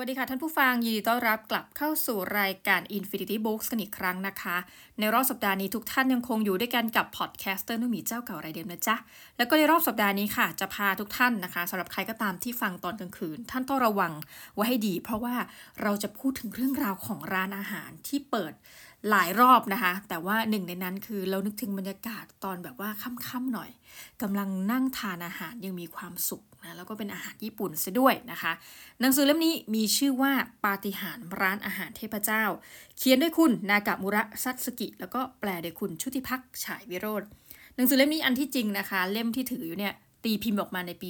วัสดีค่ะท่านผู้ฟังยินดีต้อนรับกลับเข้าสู่รายการ Infinity Books กันอีกครั้งนะคะในรอบสัปดาห์นี้ทุกท่านยังคงอยู่ด้วยกันกับพอดแคสเตอร์นุ่มหมีเจ้าเก่ารายเดิมนะจ๊ะแล้วก็ในรอบสัปดาห์นี้ค่ะจะพาทุกท่านนะคะสำหรับใครก็ตามที่ฟังตอนกลางคืนท่านต้องระวังไว้ให้ดีเพราะว่าเราจะพูดถึงเรื่องราวของร้านอาหารที่เปิดหลายรอบนะคะแต่ว่าหนึ่งในนั้นคือเรานึกถึงบรรยากาศตอนแบบว่าค่ำๆหน่อยกำลังนั่งทานอาหารยังมีความสุขนะแล้วก็เป็นอาหารญี่ปุ่นซะด้วยนะคะหนังสือเล่มนี้มีชื่อว่าปาฏิหาริย์ร้านอาหารเทพเจ้าเขียนด้วยคุณนากะมุระซัตสึกิแล้วก็แปลโดยคุณชุติภักดิ์ฉายวิโรจน์หนังสือเล่มนี้อันที่จริงนะคะเล่มที่ถืออยู่เนี่ยตีพิมพ์ออกมาในปี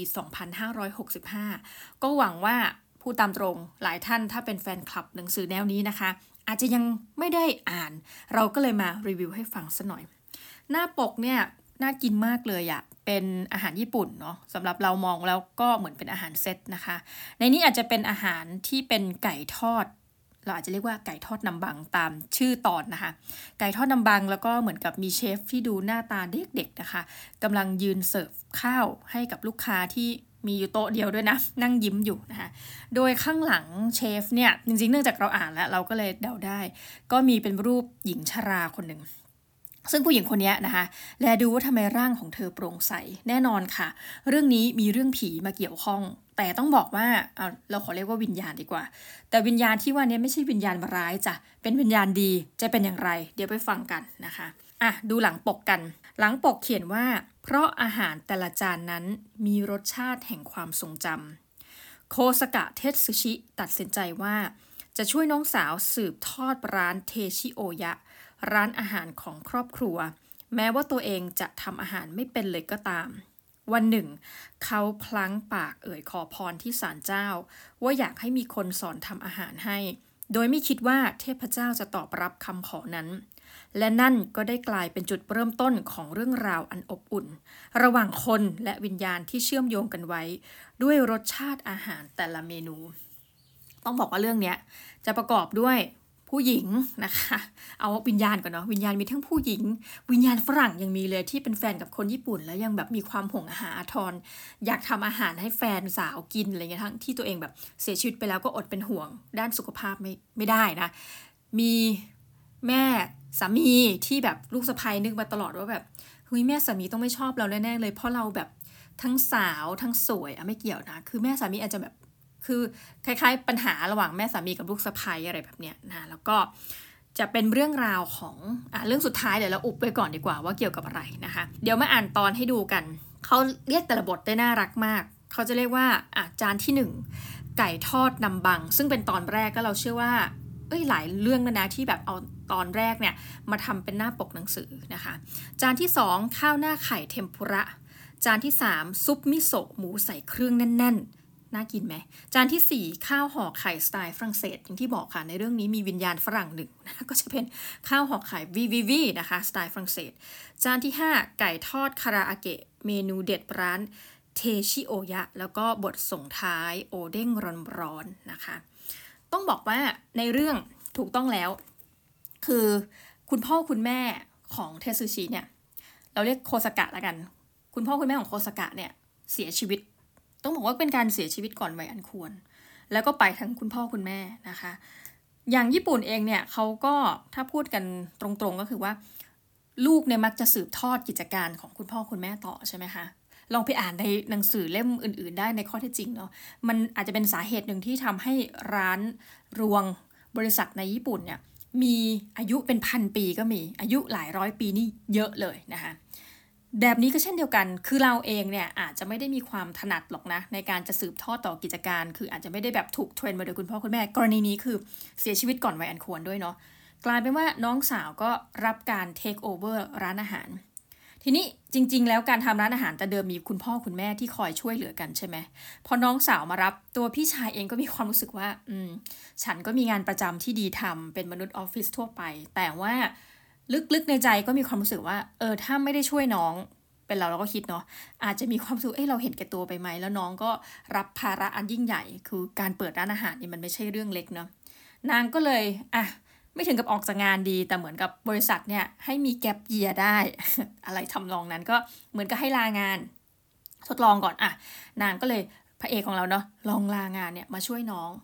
2565 ก็หวังว่าผู้ตามตรงหลายท่านถ้าเป็นแฟนคลับหนังสือแนวนี้นะคะอาจจะยังไม่ได้อ่านเราก็เลยมารีวิวให้ฟังซะหน่อยหน้าปกเนี่ยน่ากินมากเลยอะเป็นอาหารญี่ปุ่นเนาะสำหรับเรามองแล้วก็เหมือนเป็นอาหารเซตนะคะในนี้อาจจะเป็นอาหารที่เป็นไก่ทอดเราอาจจะเรียกว่าไก่ทอดนำบังตามชื่อตอนนะคะไก่ทอดนำบังแล้วก็เหมือนกับมีเชฟที่ดูหน้าตาเด็กๆนะคะกำลังยืนเสิร์ฟข้าวให้กับลูกค้าที่มีอยู่โต๊ะเดียวด้วยนะนั่งยิ้มอยู่นะคะโดยข้างหลังเชฟเนี่ยจริงๆเนื่องจากเราอ่านแล้วเราก็เลยเดาได้ก็มีเป็นรูปหญิงชราคนหนึ่งซึ่งผู้หญิงคนนี้นะคะแลดูว่าทำไมร่างของเธอโปร่งใสแน่นอนค่ะเรื่องนี้มีเรื่องผีมาเกี่ยวข้องแต่ต้องบอกว่าเราขอเรียกว่าวิญญาณดีกว่าแต่วิญญาณที่ว่านี้ไม่ใช่วิญญาณร้ายจ้ะเป็นวิญญาณดีจะเป็นอย่างไรเดี๋ยวไปฟังกันนะคะดูหลังปกกันหลังปกเขียนว่าเพราะอาหารแต่ละจานนั้นมีรสชาติแห่งความทรงจำโคสกะเทสึชิตัดสินใจว่าจะช่วยน้องสาวสืบทอดร้านเทชิโอยะร้านอาหารของครอบครัวแม้ว่าตัวเองจะทำอาหารไม่เป็นเลยก็ตามวันหนึ่งเขาพลั้งปากเอ่ยขอพรที่ศาลเจ้าว่าอยากให้มีคนสอนทำอาหารให้โดยไม่คิดว่าเทพเจ้าจะตอบรับคำขอนั้นและนั่นก็ได้กลายเป็นจุดเริ่มต้นของเรื่องราวอันอบอุ่นระหว่างคนและวิญญาณที่เชื่อมโยงกันไว้ด้วยรสชาติอาหารแต่ละเมนูต้องบอกว่าเรื่องนี้จะประกอบด้วยผู้หญิงนะคะเอาวิญญาณก่อนเนาะวิญญาณมีทั้งผู้หญิงวิญญาณฝรั่งยังมีเลยที่เป็นแฟนกับคนญี่ปุ่นแล้วยังแบบมีความห่วงอาหารอาทรอยากทำอาหารให้แฟนสาวกินอะไรเงี้ยทั้งที่ตัวเองแบบเสียชีวิตไปแล้วก็อดเป็นห่วงด้านสุขภาพไม่ได้นะมีแม่สามีที่แบบลูกสะใภ้นึกมาตลอดว่าแบบเฮ้ยแม่สามีต้องไม่ชอบเราแน่ๆเลยเพราะเราแบบทั้งสาวทั้งสวยไม่เกี่ยวนะคือแม่สามีอาจจะแบบคือคล้ายๆปัญหาระหว่างแม่สามีกับลูกสะใภ้อะไรแบบเนี้ยนะแล้วก็จะเป็นเรื่องราวของเรื่องสุดท้ายเดี๋ยวเราอุบไปก่อนดีกว่าว่าเกี่ยวกับอะไรนะคะเดี๋ยวมาอ่านตอนให้ดูกันเขาเรียกแต่ละบทได้น่ารักมากเขาจะเรียกว่าจานที่1ไก่ทอดนำบังซึ่งเป็นตอนแรกก็เราเชื่อว่าหลายเรื่องนะที่แบบเอาตอนแรกเนี่ยมาทำเป็นหน้าปกหนังสือนะคะจานที่2ข้าวหน้าไข่เทมปุระจานที่3ซุปมิโซะหมูใส่เครื่องแน่นน่ากินไหมจานที่4ข้าวห่อไข่สไตล์ฝรั่งเศสอย่างที่บอกค่ะในเรื่องนี้มีวิญญาณฝรั่งหนึ่งนะก็จะเป็นข้าวห่อไข่วีนะคะสไตล์ฝรั่งเศสจานที่5ไก่ทอดคาราอาเกะเมนูเด็ดร้านเทชิโอยะแล้วก็บทส่งท้ายโอเด้งร้อนๆนะคะต้องบอกว่าในเรื่องถูกต้องแล้วคือคุณพ่อคุณแม่ของเทสึชิเนี่ยเราเรียกโคสกะละกันคุณพ่อคุณแม่ของโคสกะเนี่ยเสียชีวิตต้องบอกว่าเป็นการเสียชีวิตก่อนวัยอันควรแล้วก็ไปทั้งคุณพ่อคุณแม่นะคะอย่างญี่ปุ่นเองเนี่ยเขาก็ถ้าพูดกันตรงๆก็คือว่าลูกเนี่ยมักจะสืบทอดกิจการของคุณพ่อคุณแม่ต่อใช่ไหมคะลองไปอ่านในหนังสือเล่มอื่นๆได้ในข้อเท็จจริงเนาะมันอาจจะเป็นสาเหตุหนึ่งที่ทำให้ร้านรวงบริษัทในญี่ปุ่นเนี่ยมีอายุเป็น1,000 ปีก็มีอายุหลายร้อยปีนี่เยอะเลยนะคะแบบนี้ก็เช่นเดียวกันคือเราเองเนี่ยอาจจะไม่ได้มีความถนัดหรอกนะในการจะสืบทอดต่อกิจการคืออาจจะไม่ได้แบบถูกเทรนมาโดยคุณพ่อคุณแม่กรณีนี้คือเสียชีวิตก่อนวัยอันควรด้วยเนาะกลายเป็นว่าน้องสาวก็รับการเทคโอเวอร์ร้านอาหารทีนี้จริงๆแล้วการทำร้านอาหารแต่เดิมมีคุณพ่อคุณแม่ที่คอยช่วยเหลือกันใช่ไหมพอน้องสาวมารับตัวพี่ชายเองก็มีความรู้สึกว่าฉันก็มีงานประจำที่ดีทำเป็นมนุษย์ออฟฟิศทั่วไปแต่ว่าลึกๆในใจก็มีความรู้สึกว่าถ้าไม่ได้ช่วยน้องเป็นเราก็คิดเนาะอาจจะมีความรู้สึกเราเห็นแก่ตัวไปไหมแล้วน้องก็รับภาระอันยิ่งใหญ่คือการเปิดร้านอาหารนี่มันไม่ใช่เรื่องเล็กเนาะนางก็เลยไม่ถึงกับออกจากงานดีแต่เหมือนกับบริษัทเนี่ยให้มีแก็ปเยียร์ได้ อะไรทำนองนั้นก็เหมือนกับให้ลางานทดลองก่อนนางก็เลยพระเอกของเราเนาะลองลางานเนี่ยมาช่วยน้อง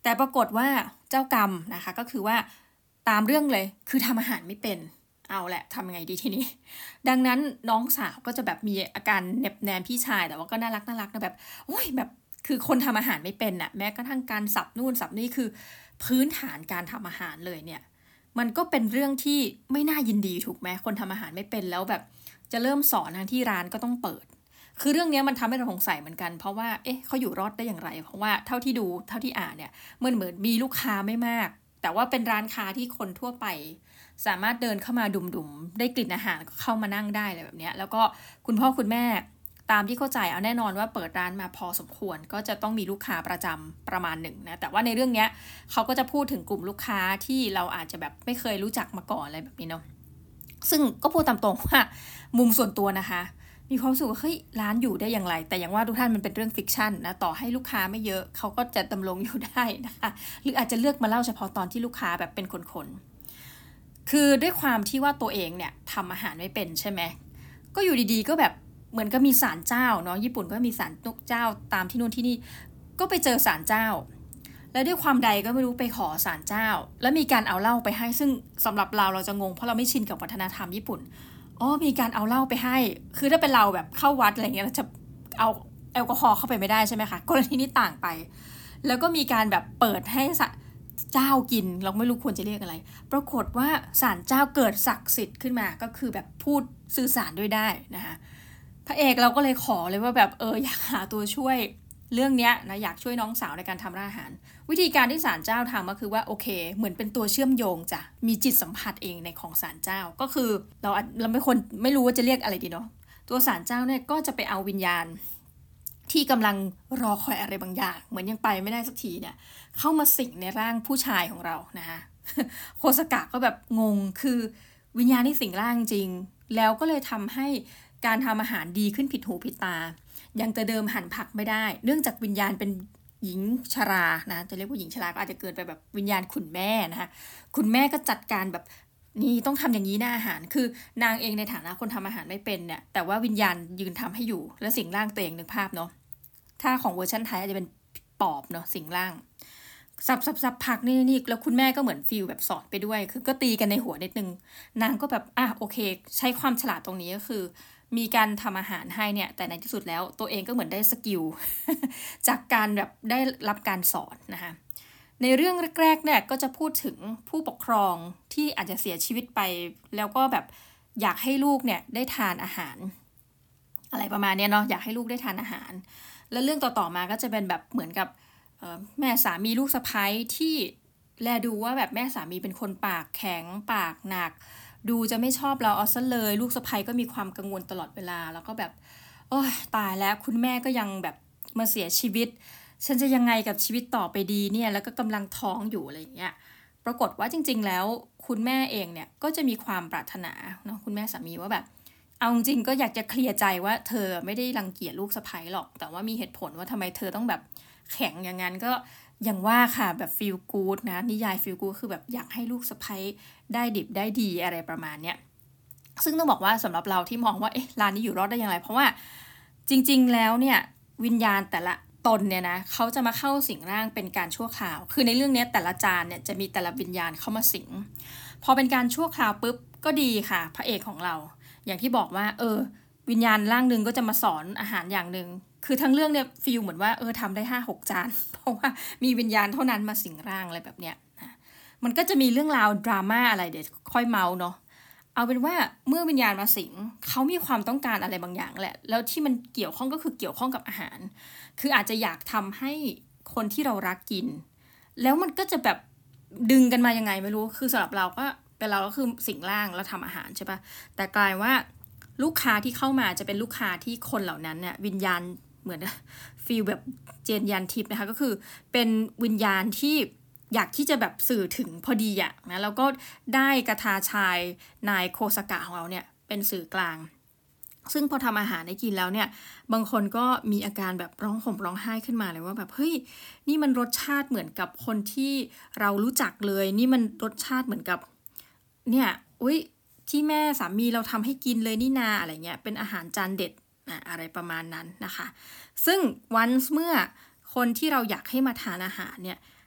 แต่ปรากฏว่าเจ้ากรรมนะคะก็คือว่าตามเรื่องเลยคือทำอาหารไม่เป็นเอาแหละทำยังไงดีทีนี้ดังนั้นน้องสาวก็จะแบบมีอาการเน็บแนมพี่ชายแต่ว่าก็น่ารักนะแบบโอ้ยแบบคือคนทำอาหารไม่เป็นน่ะแม้กระทั่งการสับนู่นสับนี่คือพื้นฐานการทำอาหารเลยเนี่ยมันก็เป็นเรื่องที่ไม่น่ายินดีถูกไหมคนทำอาหารไม่เป็นแล้วแบบจะเริ่มสอนที่ร้านก็ต้องเปิดคือเรื่องนี้มันทำให้เราสงสัยเหมือนกันเพราะว่าเขาอยู่รอดได้อย่างไรเพราะว่าเท่าที่ดูเท่าที่อ่านเนี่ยเหมือนมีลูกค้าไม่มากแต่ว่าเป็นร้านค้าที่คนทั่วไปสามารถเดินเข้ามาดุ่มๆได้กลิ่นอาหารเข้ามานั่งได้อะไรแบบนี้แล้วก็คุณพ่อคุณแม่ตามที่เข้าใจเอาแน่นอนว่าเปิดร้านมาพอสมควรก็จะต้องมีลูกค้าประจำประมาณหนึ่งนะแต่ว่าในเรื่องนี้เขาก็จะพูดถึงกลุ่มลูกค้าที่เราอาจจะแบบไม่เคยรู้จักมาก่อนอะไรแบบนี้เนาะซึ่งก็พูดตามตรงว่ามุมส่วนตัวนะคะมีความรู้สึกว่าเฮ้ยร้านอยู่ได้อย่างไรแต่อย่างว่าทุกท่านมันเป็นเรื่องฟิกชันนะต่อให้ลูกค้าไม่เยอะเขาก็จะดำรงอยู่ได้นะคะหรืออาจจะเลือกมาเล่าเฉพาะตอนที่ลูกค้าแบบเป็นคนๆคือด้วยความที่ว่าตัวเองเนี่ยทำอาหารไม่เป็นใช่ไหมก็อยู่ดีๆก็แบบเหมือนก็มีศาลเจ้าเนาะญี่ปุ่นก็มีศาลเจ้าตามที่นู่นที่นี่ก็ไปเจอศาลเจ้าแล้วด้วยความใดก็ไม่รู้ไปขอศาลเจ้าแล้วมีการเอาเหล้าไปให้ซึ่งสำหรับเราจะงงเพราะเราไม่ชินกับวัฒนธรรมญี่ปุ่นมีการเอาเหล้าไปให้คือถ้าเป็นเราแบบเข้าวัดอะไรเงี้ยเราจะเอาแอลกอฮอล์เข้าไปไม่ได้ใช่ไหมคะกรณีนี้ต่างไปแล้วก็มีการแบบเปิดให้เจ้ากินเราไม่รู้ควรจะเรียกอะไรปรากฏว่าศาลเจ้าเกิดศักดิ์สิทธิ์ขึ้นมาก็คือแบบพูดสื่อสารด้วยได้นะคะพระเอกเราก็เลยขอเลยว่าแบบอยากหาตัวช่วยเรื่องนี้นะอยากช่วยน้องสาวในการทำร้านอาหารวิธีการที่ศาลเจ้าทำก็คือว่าโอเคเหมือนเป็นตัวเชื่อมโยงจ้ะมีจิตสัมผัสเองในของศาลเจ้าก็คือเราไม่รู้ว่าจะเรียกอะไรดีเนาะตัวศาลเจ้าเนี่ยก็จะไปเอาวิญญาณที่กำลังรอคอยอะไรบางอย่างเหมือนยังไปไม่ได้สักทีเนี่ยเข้ามาสิงในร่างผู้ชายของเรานะคะโคสกะก็แบบงงคือวิญญาณที่สิงร่างจริงแล้วก็เลยทำให้การทำอาหารดีขึ้นผิดหูผิดตายังแต่เดิมหั่นผักไม่ได้เนื่องจากวิญญาณเป็นหญิงชรานะจะเรียกว่าหญิงชราก็อาจจะเกินไปแบบวิญญาณคุณแม่นะคะคุณแม่ก็จัดการแบบนี่ต้องทำอย่างนี้นะอาหารคือนางเองในฐานะคนทำอาหารไม่เป็นเนี่ยแต่ว่าวิญญาณยืนทำให้อยู่แล้วสิงร่างตัวเองนึกภาพเนาะถ้าของเวอร์ชันไทยอาจจะเป็นปอบเนาะสิงร่างสับผักนี่แล้วคุณแม่ก็เหมือนฟีลแบบสอนไปด้วยคือก็ตีกันในหัวนิดนึงนางก็แบบโอเคใช้ความฉลาดตรงนี้ก็คือมีการทำอาหารให้เนี่ยแต่ในที่สุดแล้วตัวเองก็เหมือนได้สกิล จากการแบบได้รับการสอนนะคะในเรื่องแรกๆเนี่ยก็จะพูดถึงผู้ปกครองที่อาจจะเสียชีวิตไปแล้วก็แบบอยากให้ลูกเนี่ยได้ทานอาหารอะไรประมาณนี้เนาะอยากให้ลูกได้ทานอาหารแล้วเรื่องต่อๆมาก็จะเป็นแบบเหมือนกับแม่สามีลูกสะใภ้ที่แลดูว่าแบบแม่สามีเป็นคนปากแข็งปากหนักดูจะไม่ชอบเราเอาซะเลยลูกสะใภ้ก็มีความกังวลตลอดเวลาแล้วก็แบบโอ้ยตายแล้วคุณแม่ก็ยังแบบมาเสียชีวิตฉันจะยังไงกับชีวิตต่อไปดีเนี่ยแล้วก็กำลังท้องอยู่อะไรอย่างเงี้ยปรากฏว่าจริงๆแล้วคุณแม่เองเนี่ยก็จะมีความปรารถนาเนาะคุณแม่สามีว่าแบบเอาจริงก็อยากจะเคลียร์ใจว่าเธอไม่ได้รังเกียจลูกสะใภ้หรอกแต่ว่ามีเหตุผลว่าทำไมเธอต้องแบบแข็งอย่างนั้นก็อย่างว่าค่ะแบบฟีลกู๊ดนะนิยายฟีลกู๊ดคือแบบอยากให้ลูกสะใภ้ได้ดิบได้ดีอะไรประมาณเนี้ยซึ่งต้องบอกว่าสำหรับเราที่มองว่าร้านนี้อยู่รอดได้อย่างไรเพราะว่าจริงๆแล้วเนี่ยวิญญาณแต่ละตนเนี่ยนะเขาจะมาเข้าสิงร่างเป็นการชั่วคราวคือในเรื่องนี้แต่ละจานเนี่ยจะมีแต่ละวิญญาณเข้ามาสิงพอเป็นการชั่วคราวปุ๊บก็ดีค่ะพระเอกของเราอย่างที่บอกว่าวิญญาณร่างนึงก็จะมาสอนอาหารอย่างนึงคือทั้งเรื่องเนี่ยฟีลเหมือนว่าทำได้5-6 จานเพราะว่ามีวิญญาณเท่านั้นมาสิงร่างอะไรแบบเนี้ยนะมันก็จะมีเรื่องราวดราม่าอะไรเดี๋ยวค่อยเมาเนาะเอาเป็นว่าเมื่อวิญญาณมาสิงเขามีความต้องการอะไรบางอย่างแหละแล้วที่มันเกี่ยวข้องก็คือเกี่ยวข้องกับอาหารคืออาจจะอยากทำให้คนที่เรารักกินแล้วมันก็จะแบบดึงกันมายังไงไม่รู้คือสำหรับเราก็เป็นเราก็คือสิงร่างแล้วทำอาหารใช่ปะแต่กลายว่าลูกค้าที่เข้ามาจะเป็นลูกค้าที่คนเหล่านั้นเนี่ยวิญญาณเหมือนฟีลแบบเจนยันทิพย์นะคะก็คือเป็นวิญญาณที่อยากที่จะแบบสื่อถึงพอดีอะนะแล้วก็ได้กระทาชายนายโคสกะของเราเนี่ยเป็นสื่อกลางซึ่งพอทำอาหารได้กินแล้วเนี่ยบางคนก็มีอาการแบบร้องห่มร้องไห้ขึ้นมาเลยว่าแบบเฮ้ยนี่มันรสชาติเหมือนกับคนที่เรารู้จักเลยนี่มันรสชาติเหมือนกับเนี่ยที่แม่สามีเราทำให้กินเลยนี่นาอะไรเงี้ยเป็นอาหารจานเด็ดอะไรประมาณนั้นนะคะซึ่งวันเมื่อคนที่เราอยากให้มาทานอาหารเนี่ย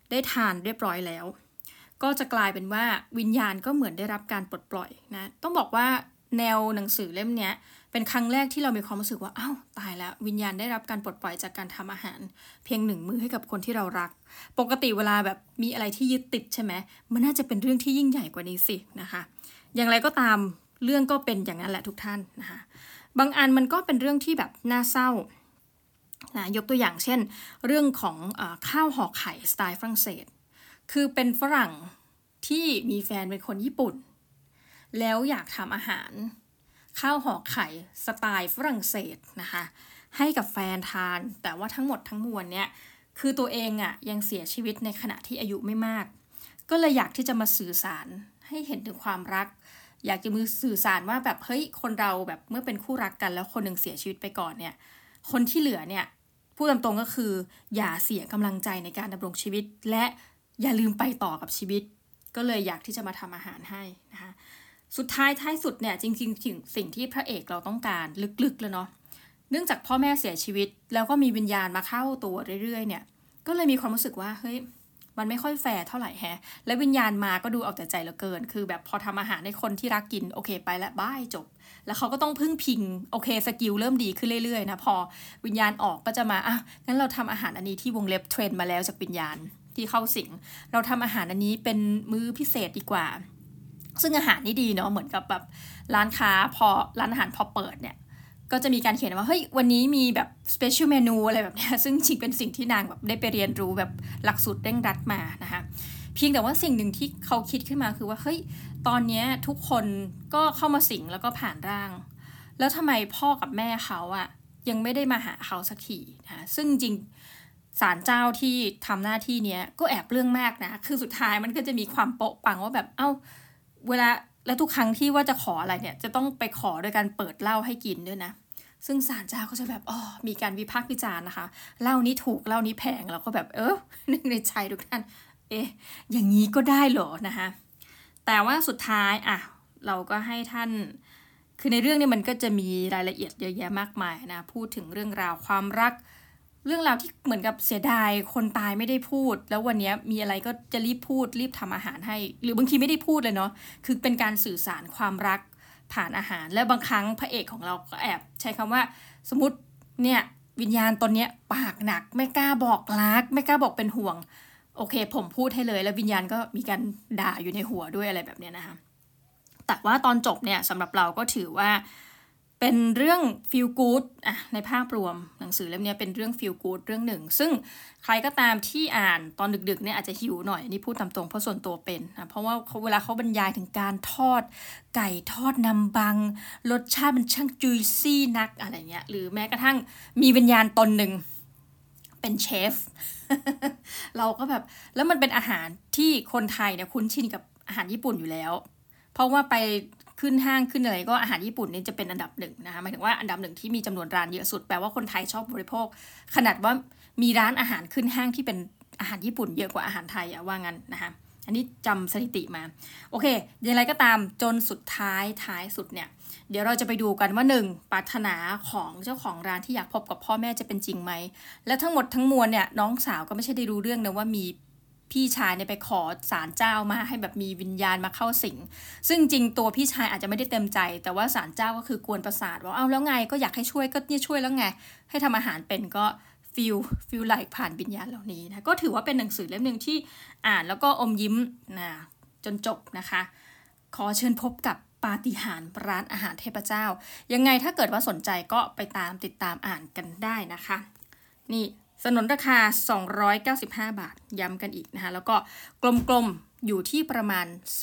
ได้ทานเรียบร้อยแล้วก็จะกลายเป็นว่าวิญญาณก็เหมือนได้รับการปลดปล่อยนะต้องบอกว่าแนวหนังสือเล่มนี้เป็นครั้งแรกที่เรามีความรู้สึกว่าอ้าวตายแล้ววิญญาณได้รับการปลดปล่อยจากการทำอาหารเพียง1 มื้อให้กับคนที่เรารักปกติเวลาแบบมีอะไรที่ยึดติดใช่ไหมมันน่าจะเป็นเรื่องที่ยิ่งใหญ่กว่านี้สินะคะอย่างไรก็ตามเรื่องก็เป็นอย่างนั้นแหละทุกท่านนะคะบางอันมันก็เป็นเรื่องที่แบบน่าเศร้านะยกตัวอย่างเช่นเรื่องของข้าวห่อไข่สไตล์ฝรั่งเศสคือเป็นฝรั่งที่มีแฟนเป็นคนญี่ปุ่นแล้วอยากทำอาหารข้าวห่อไข่สไตล์ฝรั่งเศสนะคะให้กับแฟนทานแต่ว่าทั้งหมดทั้งมวลเนี่ยคือตัวเองยังเสียชีวิตในขณะที่อายุไม่มากก็เลยอยากที่จะมาสื่อสารให้เห็นถึงความรักอยากจะมือสื่อสารว่าแบบเฮ้ยคนเราแบบเมื่อเป็นคู่รักกันแล้วคนหนึ่งเสียชีวิตไปก่อนเนี่ยคนที่เหลือเนี่ยพูดตามตรงก็คืออย่าเสียกำลังใจในการดำรงชีวิตและอย่าลืมไปต่อกับชีวิตก็เลยอยากที่จะมาทำอาหารให้นะคะสุดท้ายท้ายสุดเนี่ยจริงๆสิ่งที่พระเอกเราต้องการลึกๆแล้วเนาะเนื่องจากพ่อแม่เสียชีวิตแล้วก็มีวิญญาณมาเข้าตัวเรื่อยๆเนี่ยก็เลยมีความรู้สึกว่าเฮ้ยมันไม่ค่อยแฟร์เท่าไหร่แฮะและวิญญาณมาก็ดูเอาแต่ใจเหลือเกินคือแบบพอทำอาหารให้คนที่รักกินโอเคไปละบายจบแล้วเขาก็ต้องพึ่งพิงโอเคสกิลเริ่มดีขึ้นเรื่อยๆนะพอวิญญาณออกก็จะมางั้นเราทำอาหารอันนี้ที่วงเล็บเทรนมาแล้วจากวิญญาณที่เข้าสิงเราทำอาหารอันนี้เป็นมื้อพิเศษดีกว่าซึ่งอาหารนี่ดีเนาะเหมือนกับแบบร้านค้าพอร้านอาหารพอเปิดเนี่ยก็จะมีการเขียนว่าเฮ้ยวันนี้มีแบบ special menu อะไรแบบนี้ซึ่งจริงเป็นสิ่งที่นางแบบได้ไปเรียนรู้แบบหลักสูตรเร่งรัดมานะคะเพียงแต่ว่าสิ่งหนึ่งที่เขาคิดขึ้นมาคือว่าเฮ้ยตอนนี้ทุกคนก็เข้ามาสิงแล้วก็ผ่านร่างแล้วทำไมพ่อกับแม่เขายังไม่ได้มาหาเขาสักทีนะซึ่งจริงศาลเจ้าที่ทำหน้าที่เนี้ยก็แอบเรื่องมากนะคือสุดท้ายมันก็จะมีความโปะปังว่าแบบเวลาและทุกครั้งที่ว่าจะขออะไรเนี่ยจะต้องไปขอโดยการเปิดเหล้าให้กินด้วยนะซึ่งศาลเจ้าก็จะแบบมีการวิพากษ์วิจารณ์นะคะเหล้านี้ถูกเหล้านี้แพงแล้วก็แบบนึกในใจทุกท่านอย่างนี้ก็ได้เหรอนะคะแต่ว่าสุดท้ายเราก็ให้ท่านคือในเรื่องนี้มันก็จะมีรายละเอียดเยอะแยะมากมายนะพูดถึงเรื่องราวความรักเรื่องราวที่เหมือนกับเสียดายคนตายไม่ได้พูดแล้ววันนี้มีอะไรก็จะรีบพูดรีบทำอาหารให้หรือบางทีไม่ได้พูดเลยเนาะคือเป็นการสื่อสารความรักผ่านอาหารและบางครั้งพระเอกของเราก็แอบใช้คำว่าสมมติเนี่ยวิญญาณตนเนี้ยปากหนักไม่กล้าบอกรักไม่กล้าบอกเป็นห่วงโอเคผมพูดให้เลยแล้ววิญญาณก็มีการด่าอยู่ในหัวด้วยอะไรแบบเนี้ยนะคะแต่ว่าตอนจบเนี่ยสำหรับเราก็ถือว่าเป็นเรื่อง feel good ในภาพรวมหนังสือเล่มนี้เป็นเรื่อง feel good เรื่องหนึ่งซึ่งใครก็ตามที่อ่านตอนดึกๆเนี่ยอาจจะหิวหน่อยนี่พูดตามตรงเพราะส่วนตัวเป็นนะเพราะว่าเวลาเขาบรรยายถึงการทอดไก่ทอดนำบังรสชาติมันช่างจุยซี่นักอะไรเงี้ยหรือแม้กระทั่งมีวิญญาณตนหนึ่งเป็นเชฟ เราก็แบบแล้วมันเป็นอาหารที่คนไทยเนี่ยคุ้นชินกับอาหารญี่ปุ่นอยู่แล้วเพราะว่าไปขึ้นห้างขึ้นอะไรก็อาหารญี่ปุ่นนี่จะเป็นอันดับหนึ่งนะคะหมายถึงว่าอันดับหนึ่งที่มีจำนวนร้านเยอะสุดแปลว่าคนไทยชอบบริโภคขนาดว่ามีร้านอาหารขึ้นห้างที่เป็นอาหารญี่ปุ่นเยอะกว่าอาหารไทยว่างั้นนะคะอันนี้จำสถิติมาโอเคอย่างไรก็ตามจนสุดท้ายสุดเนี่ยเดี๋ยวเราจะไปดูกันว่า1ปรารถนาของเจ้าของร้านที่อยากพบกับพ่อแม่จะเป็นจริงไหมและทั้งหมดทั้งมวลเนี่ยน้องสาวก็ไม่ใช่ได้รู้เรื่องนะว่ามีพี่ชายเนี่ยไปขอศาลเจ้ามาให้แบบมีวิญญาณมาเข้าสิงซึ่งจริงตัวพี่ชายอาจจะไม่ได้เต็มใจแต่ว่าศาลเจ้าก็คือกวนประสาทว่าแล้วไงก็อยากให้ช่วยก็เนี่ยช่วยแล้วไงให้ทำอาหารเป็นก็ฟีลไลค์ผ่านวิญญาณเหล่านี้นะก็ถือว่าเป็นหนังสือเล่มนึงที่อ่านแล้วก็อมยิ้มนะจนจบนะคะขอเชิญพบกับปาฏิหาริย์ร้านอาหารเทพเจ้ายังไงถ้าเกิดว่าสนใจก็ไปติดตามอ่านกันได้นะคะนี่สนนราคา295 บาทย้ำกันอีกนะคะแล้วก็กลมๆอยู่ที่ประมาณ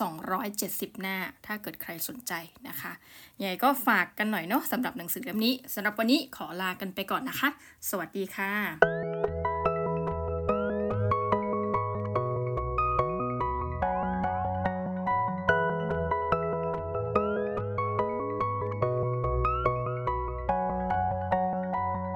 270หน้าถ้าเกิดใครสนใจนะคะยังไงก็ฝากกันหน่อยเนาะสำหรับหนังสือเล่มนี้สำหรับวันนี้ขอลากันไปก่อนนะคะสวัสดีค่ะ